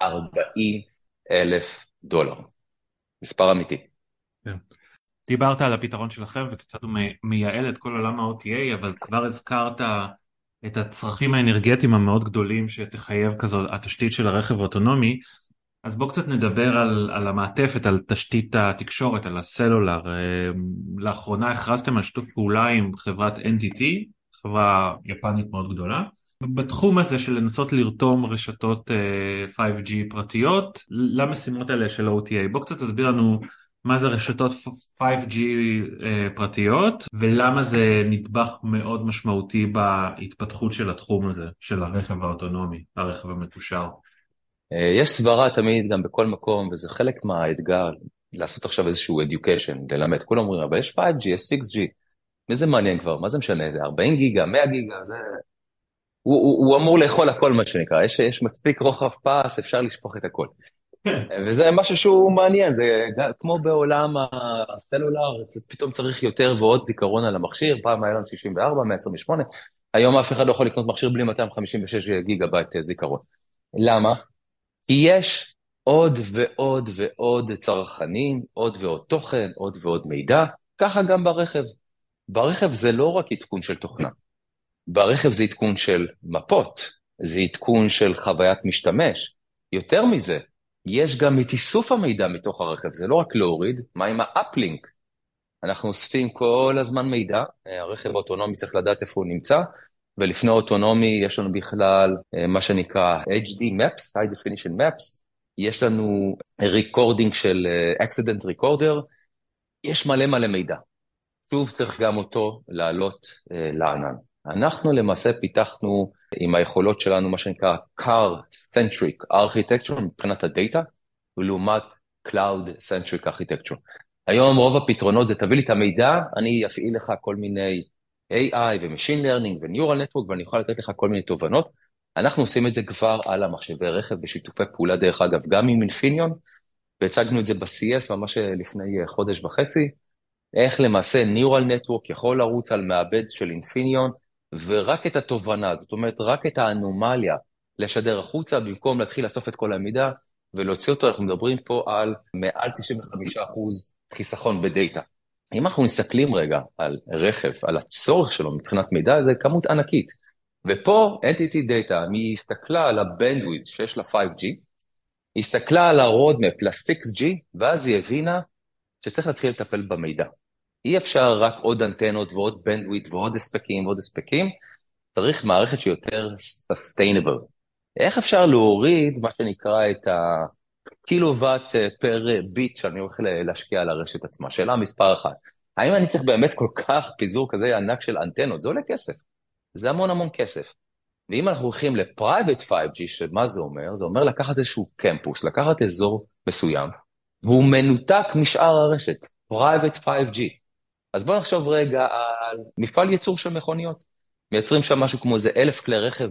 ל$40,000. מספר אמיתי. כן. דיברת על הפתרון שלכם וקצת הוא מייעל את כל עולם ה-OTA, אבל כבר הזכרת את הצרכים האנרגטיים המאוד גדולים שתחייב כזו התשתית של הרכב האוטונומי, אז בואו קצת נדבר על המעטפת, על תשתית התקשורת, על הסלולר. לאחרונה הכרזתם על שיתוף פעולה עם חברת NTT, חברה יפנית מאוד גדולה, בתחום הזה של לנסות לרתום רשתות 5G פרטיות למשימות האלה של OTA. בואו קצת תסביר לנו מה זה רשתות 5G פרטיות, ולמה זה נדבך מאוד משמעותי בהתפתחות של התחום הזה, של הרכב האוטונומי, הרכב המקושר. יש סברה תמיד גם בכל מקום, וזה חלק מהאתגר, לעשות עכשיו איזשהו education, ללמד. כולם אומרים, אבל יש 5G, יש 6G. מי זה מעניין כבר? מה זה משנה? זה 40 גיגה, 100 גיגה, זה... הוא אמור לאכול הכל, מה שנקרא. יש מספיק רוחב פס, אפשר לשפוך את הכל. וזה משהו שהוא מעניין, זה כמו בעולם הסלולר, פתאום צריך יותר ועוד זיכרון על המכשיר, פעם היה לנו 64, 128, היום אף אחד לא יכול לקנות מכשיר בלי 256 גיגה בייט זיכרון. למה? כי יש עוד ועוד ועוד צרכנים, עוד ועוד תוכן, עוד ועוד מידע, ככה גם ברכב. ברכב זה לא רק עדכון של תוכנה, ברכב זה עדכון של מפות, זה עדכון של חוויית משתמש. יותר מזה, יש גם את איסוף המידע מתוך הרכב, זה לא רק להוריד, מה עם האפלינק? אנחנו אוספים כל הזמן מידע, הרכב האוטונומי צריך לדעת איפה הוא נמצא, ולפני האוטונומי יש לנו בכלל מה שנקרא HD Maps, High Definition Maps, יש לנו ריקורדינג של Accident Recorder, יש מלא מלא מידע. שוב צריך גם אותו לעלות לענן. אנחנו למעשה פיתחנו עם היכולות שלנו מה שנקרא Car-Centric Architecture מבחינת הדאטה, ולעומת Cloud-Centric Architecture. היום רוב הפתרונות זה תביא לי את המידע, אני אפעיל לך כל מיני AI ו-Machine Learning ו-Neural Network, ואני יכול לתת לך כל מיני תובנות. אנחנו עושים את זה כבר על המחשבי רכב בשיתופי פעולה דרך אגב, גם עם Infineon, והצגנו את זה ב-CS ממש לפני חודש וחצי, איך למעשה Neural Network יכול לרוץ על מעבד של Infineon, ורק את התובנה, זאת אומרת רק את האנומליה לשדר החוצה, במקום להתחיל לאסוף את כל המידע ולהוציא אותו, אנחנו מדברים פה על מעל 95% חיסכון בדאטה. אם אנחנו מסתכלים רגע על רכב, על הצורך שלו מבחינת מידע, זה כמות ענקית. ופה NTT Data, היא הסתכלה על הבנדווידט שיש לה 5G, היא הסתכלה על הרודמפ ל-6G, ואז היא הבינה שצריך להתחיל לטפל במידע. אי אפשר רק עוד אנטנות ועוד בנדווידט ועוד הספקים ועוד הספקים, צריך מערכת שיותר sustainable. איך אפשר להוריד מה שנקרא את הקילוואט פר ביט שאני הולך להשקיע על הרשת עצמה? שאלה מספר אחת. האם אני צריך באמת כל כך פיזור כזה ענק של אנטנות? זה עולה כסף. זה המון המון כסף. ואם אנחנו הולכים לפרייבט 5G, שמה זה אומר? זה אומר לקחת איזשהו קמפוס, לקחת אזור מסוים, והוא מנותק משאר הרשת, פרייבט 5G. אז בואו נחשוב רגע על מפעל ייצור של מכוניות. מייצרים שם משהו כמו איזה 1,000 כלי רכב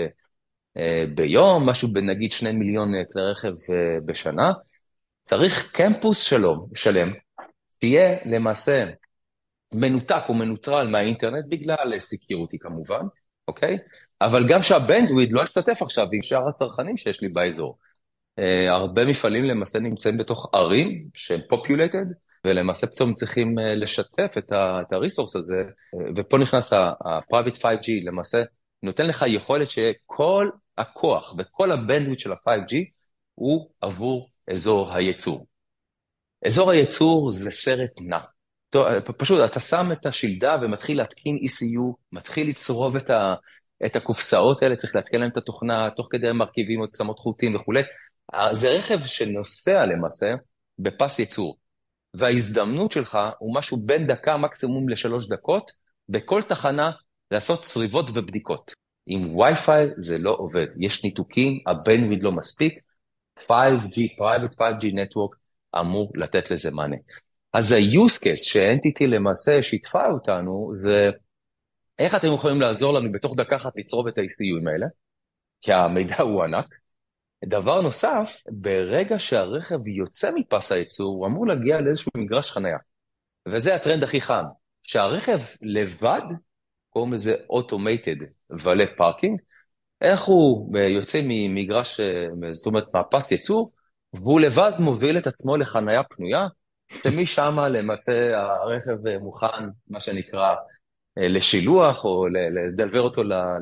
ביום, משהו בנגיד 2 מיליון כלי רכב בשנה. צריך קמפוס שלם, תהיה למעשה מנותק או מנוטרל מהאינטרנט, בגלל סקיוריטי כמובן, אוקיי? אבל גם שהבנדווידט לא ישתתף עכשיו עם שאר הצרכנים שיש לי באזור. הרבה מפעלים למעשה נמצאים בתוך ערים שהם populated, ולמעשה פתאום צריכים לשתף את הריסורס הזה, ופה נכנס ה-Private 5G, למעשה נותן לך יכולת שכל הכוח וכל הבנדווידט של ה-5G הוא עבור אזור הייצור. אזור הייצור זה סרט נע. פשוט אתה שם את השלדה ומתחיל להתקין ECU, מתחיל לצרוב את הקופסאות האלה, צריך להתקן להם את התוכנה, תוך כדי הם מרכיבים עוד צמות חוטים וכולי. זה רכב שנוסע למעשה בפס ייצור, וההזדמנות שלך הוא משהו בין דקה מקסימום ל3 דקות, בכל תחנה לעשות צריבות ובדיקות. עם וי-פיי זה לא עובד, יש ניתוקים, הבנדווידט לא מספיק, 5G, Private 5G Network אמור לתת לזה מענה. אז ה-use case ש-NTT למעשה שיתפה אותנו, זה איך אתם יכולים לעזור לנו בתוך דקה אחת לצרוב את ה-ECUים האלה, כי המידע הוא ענק. דבר נוסף, ברגע שהרכב יוצא מפס הייצור, הוא אמור להגיע לאיזשהו מגרש חנייה. וזה הטרנד הכי חם, שהרכב לבד, קוראים לזה Automated Valet Parking, איך הוא יוצא ממגרש, זאת אומרת, מפס ייצור, והוא לבד מוביל את עצמו לחנייה פנויה, שמשם למעשה הרכב מוכן, מה שנקרא, לשילוח, או לדלבר אותו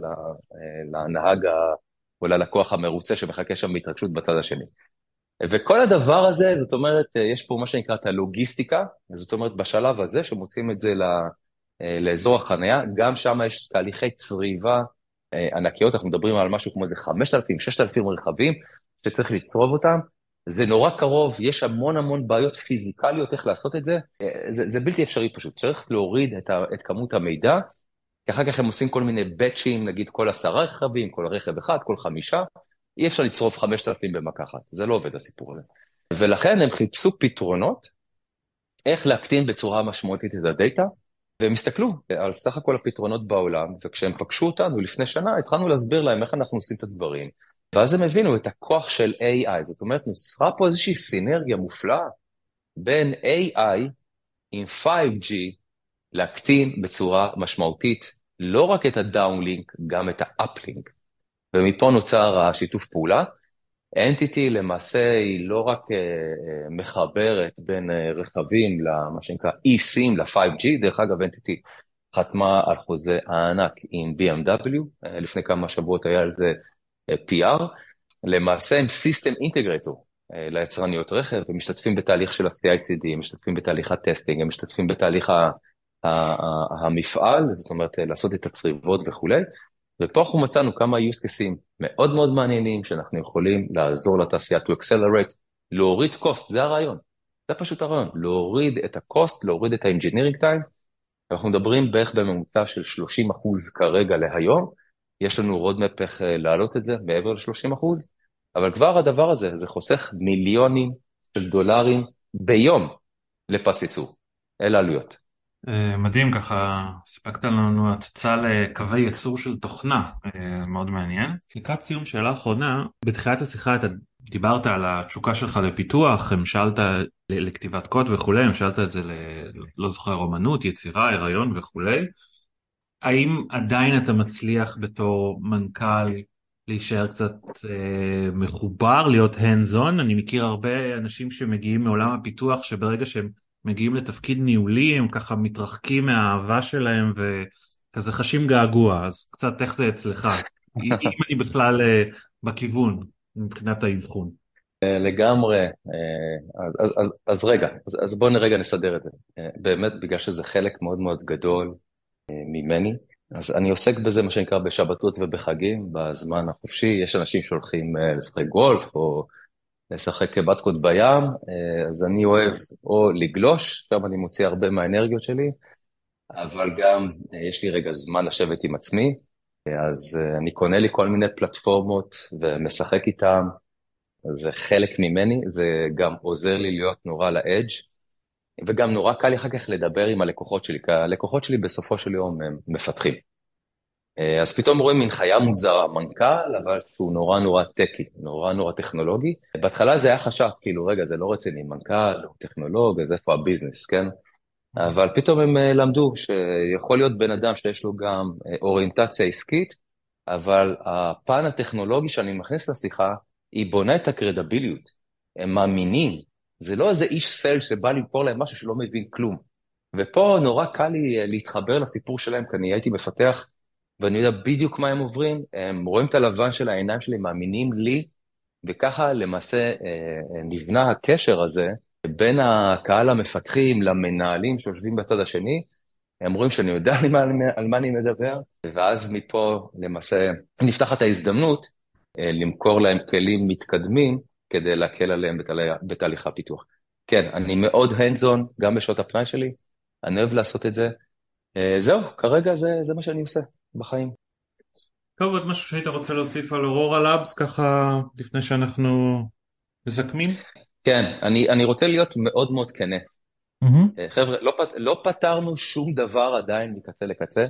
לנהג או ללקוח המרוצה שמחכה שם בהתרגשות בצד השני. וכל הדבר הזה, זאת אומרת, יש פה מה שנקרא את הלוגיסטיקה, זאת אומרת, בשלב הזה שמוצאים את זה לאזור החנייה, גם שם יש תהליכי צריבה ענקיות, אנחנו מדברים על משהו כמו איזה 5,000, 6,000 רכבים, שצריך לצרוב אותם, זה נורא קרוב, יש המון בעיות פיזיקליות איך לעשות את זה, זה בלתי אפשרי פשוט, צריך להוריד את כמות המידע, כי אחר כך הם עושים כל מיני בטשים, נגיד כל 10 רכבים, כל רכב אחד, כל 5, אי אפשר לצרוב 5,000 במכה אחת, זה לא עובד הסיפור הזה. ולכן הם חיפשו פתרונות, איך להקטין בצורה משמעותית את הדאטה, והם הסתכלו על סך הכל הפתרונות בעולם, וכשהם פגשו אותנו לפני שנה, התחלנו להסביר להם איך אנחנו עושים את הדברים, ואז הם הבינו את הכוח של AI, זאת אומרת, נוסחה פה איזושהי סינרגיה מופלאה, בין AI עם 5G, להקטין בצורה משמעותית, לא רק את הדאונלינק, גם את האפלינק. ומפה נוצר השיתוף פעולה. NTT למעשה היא לא רק מחברת בין רכבים למה שנקרא eSIM, ל-5G, דרך אגב NTT חתמה על חוזה הענק עם BMW, לפני כמה שבועות היה על זה PR, למעשה הם System Integrator ליצרניות רכב, הם משתתפים בתהליך של ה-CICD, הם משתתפים בתהליך הטסטינג, הם משתתפים בתהליך המפעל, זאת אומרת לעשות את הצריבות וכולי, ופה אנחנו מצאנו כמה use cases מאוד מעניינים, שאנחנו יכולים לעזור לתעשייה to accelerate, להוריד cost, זה הרעיון, זה פשוט הרעיון, להוריד את ה-cost, להוריד את ה-engineering time, אנחנו מדברים בערך בממוצע של 30% כרגע להיום, יש לנו roadmap איך להעלות את זה מעבר ל-30%, אבל כבר הדבר הזה, זה חוסך מיליונים של דולרים ביום לפס ייצור, אלה עלויות. מדהים, ככה סיפקת לנו הצצה לקווי ייצור של תוכנה, מאוד מעניין. לקראת סיום, שאלה אחרונה, בתחילת השיחה אתה דיברת על התשוקה שלך לפיתוח, המשלת לכתיבת קוד וכולי, המשלת את זה לא זוכר, אומנות, יצירה, הריון וכולי. האם עדיין אתה מצליח בתור מנכ"ל להישאר קצת מחובר, להיות hands on? אני מכיר הרבה אנשים שמגיעים מעולם הפיתוח, שברגע שהם מגיעים לתפקיד ניהולי, הם ככה מתרחקים מהאהבה שלהם וכזה חשים געגוע, אז קצת איך זה אצלך? אם אני בכלל בכיוון, מבחינת האבחון. לגמרי, אז רגע, אז בואו רגע נסדר את זה. באמת, בגלל שזה חלק מאוד גדול ממני, אז אני עוסק בזה מה שנקרא בשבתות ובחגים, בזמן החופשי, יש אנשים שהולכים לשחק גולף או לשחק בטקות בים, אז אני אוהב או לגלוש, שם אני מוציא הרבה מהאנרגיות שלי, אבל גם יש לי רגע זמן לשבת עם עצמי, אז אני קונה לי כל מיני פלטפורמות ומשחק איתם, זה חלק ממני, זה גם עוזר לי להיות נורא לאדג', וגם נורא קל לי אחר כך לדבר עם הלקוחות שלי, כי הלקוחות שלי בסופו של יום הם מפתחים. אז פתאום רואים מין חיה מוזרה, מנכ"ל, אבל שהוא נורא טקי, נורא טכנולוגי. בהתחלה זה היה חשש, כאילו, רגע, זה לא רציני, מנכ"ל, הוא טכנולוג, אז איפה הביזנס, כן? אבל פתאום הם למדו שיכול להיות בן אדם שיש לו גם אוריינטציה עסקית, אבל הפן הטכנולוגי שאני מכניס לשיחה, היא בונה את הקרדביליות. הם מאמינים, זה לא איזה איש סל שבא למכור להם משהו שלא מבין כלום. ופה נורא קל לי להתחבר לסיפור שלהם, כי אני הייתי מפתח, ואני יודע בדיוק מה הם עוברים, הם רואים את הלבן של העיניים שלי, מאמינים לי, וככה למעשה נבנה הקשר הזה בין הקהל המפתחים למנהלים שיושבים בצד השני, הם רואים שאני יודע על מה אני מדבר, ואז מפה למעשה נפתחת ההזדמנות למכור להם כלים מתקדמים כדי להקל עליהם בתהליך הפיתוח. כן, אני מאוד hands-on גם בשעות הפנאי שלי, אני אוהב לעשות את זה. זהו, כרגע זה מה שאני עושה בחיים. טוב, עוד משהו שהיית רוצה להוסיף על אורורה לאבס ככה לפני שאנחנו מסכמים? כן, אני רוצה להיות מאוד מאוד כנה. Mm-hmm. חבר'ה, לא פתרנו שום דבר עדיין מקצה לקצה.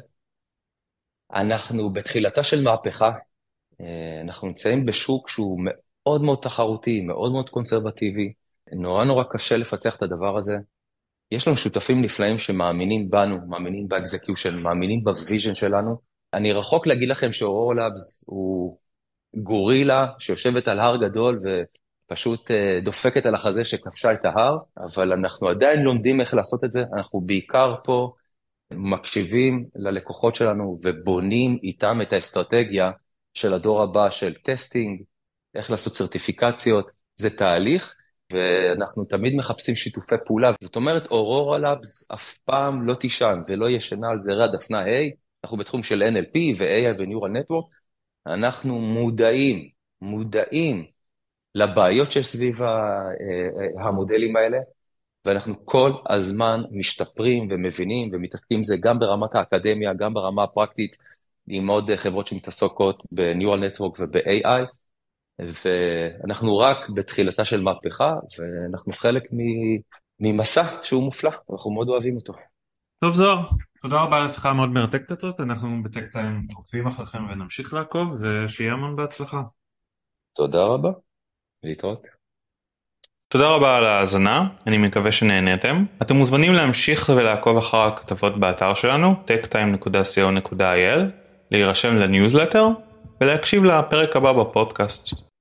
אנחנו בתחילתה של מהפכה, אנחנו נמצאים בשוק שהוא מאוד מאוד תחרותי, מאוד מאוד קונסרבטיבי, נורא נורא קשה לפצח את הדבר הזה. יש לנו שותפים נפלאים שמאמינים בנו, מאמינים באקזקיושן, מאמינים בוויז'ן שלנו. אני רחוק להגיד לכם שאורורה לאבס הוא גורילה שיושבת על הר גדול ופשוט דופקת על החזה שכבשה את ההר, אבל אנחנו עדיין לומדים איך לעשות את זה. אנחנו בעיקר פה מקשיבים ללקוחות שלנו ובונים איתם את האסטרטגיה של הדור הבא של טסטינג, איך לעשות סרטיפיקציות, זה תהליך, ואנחנו תמיד מחפשים שיתופי פעולה. זאת אומרת, אורורה לאבס אף פעם לא תישן ולא ישנה על זרי הדפנה A, אנחנו בתחום של NLP ו-AI ו-Neural Network, אנחנו מודעים לבעיות שסביב המודלים האלה, ואנחנו כל הזמן משתפרים ומבינים ומתעסקים עם זה גם ברמת האקדמיה, גם ברמה הפרקטית, עם עוד חברות שמתעסקות ב-Neural Network וב-AI, ואנחנו רק בתחילתה של מהפכה, ואנחנו חלק ממסע שהוא מופלא, אנחנו מאוד אוהבים אותו. טוב זוהר, תודה רבה על השיחה המאוד מרתקת הזאת, אנחנו בטק-טיים עוקבים אחריכם ונמשיך לעקוב, ושיהיה המון בהצלחה. תודה רבה, להתראות. תודה רבה על ההאזנה, אני מקווה שנהניתם. אתם מוזמנים להמשיך ולעקוב אחר הכתבות באתר שלנו, techtime.co.il, להירשם לניוזלטר ולהקשיב לפרק הבא בפודקאסט.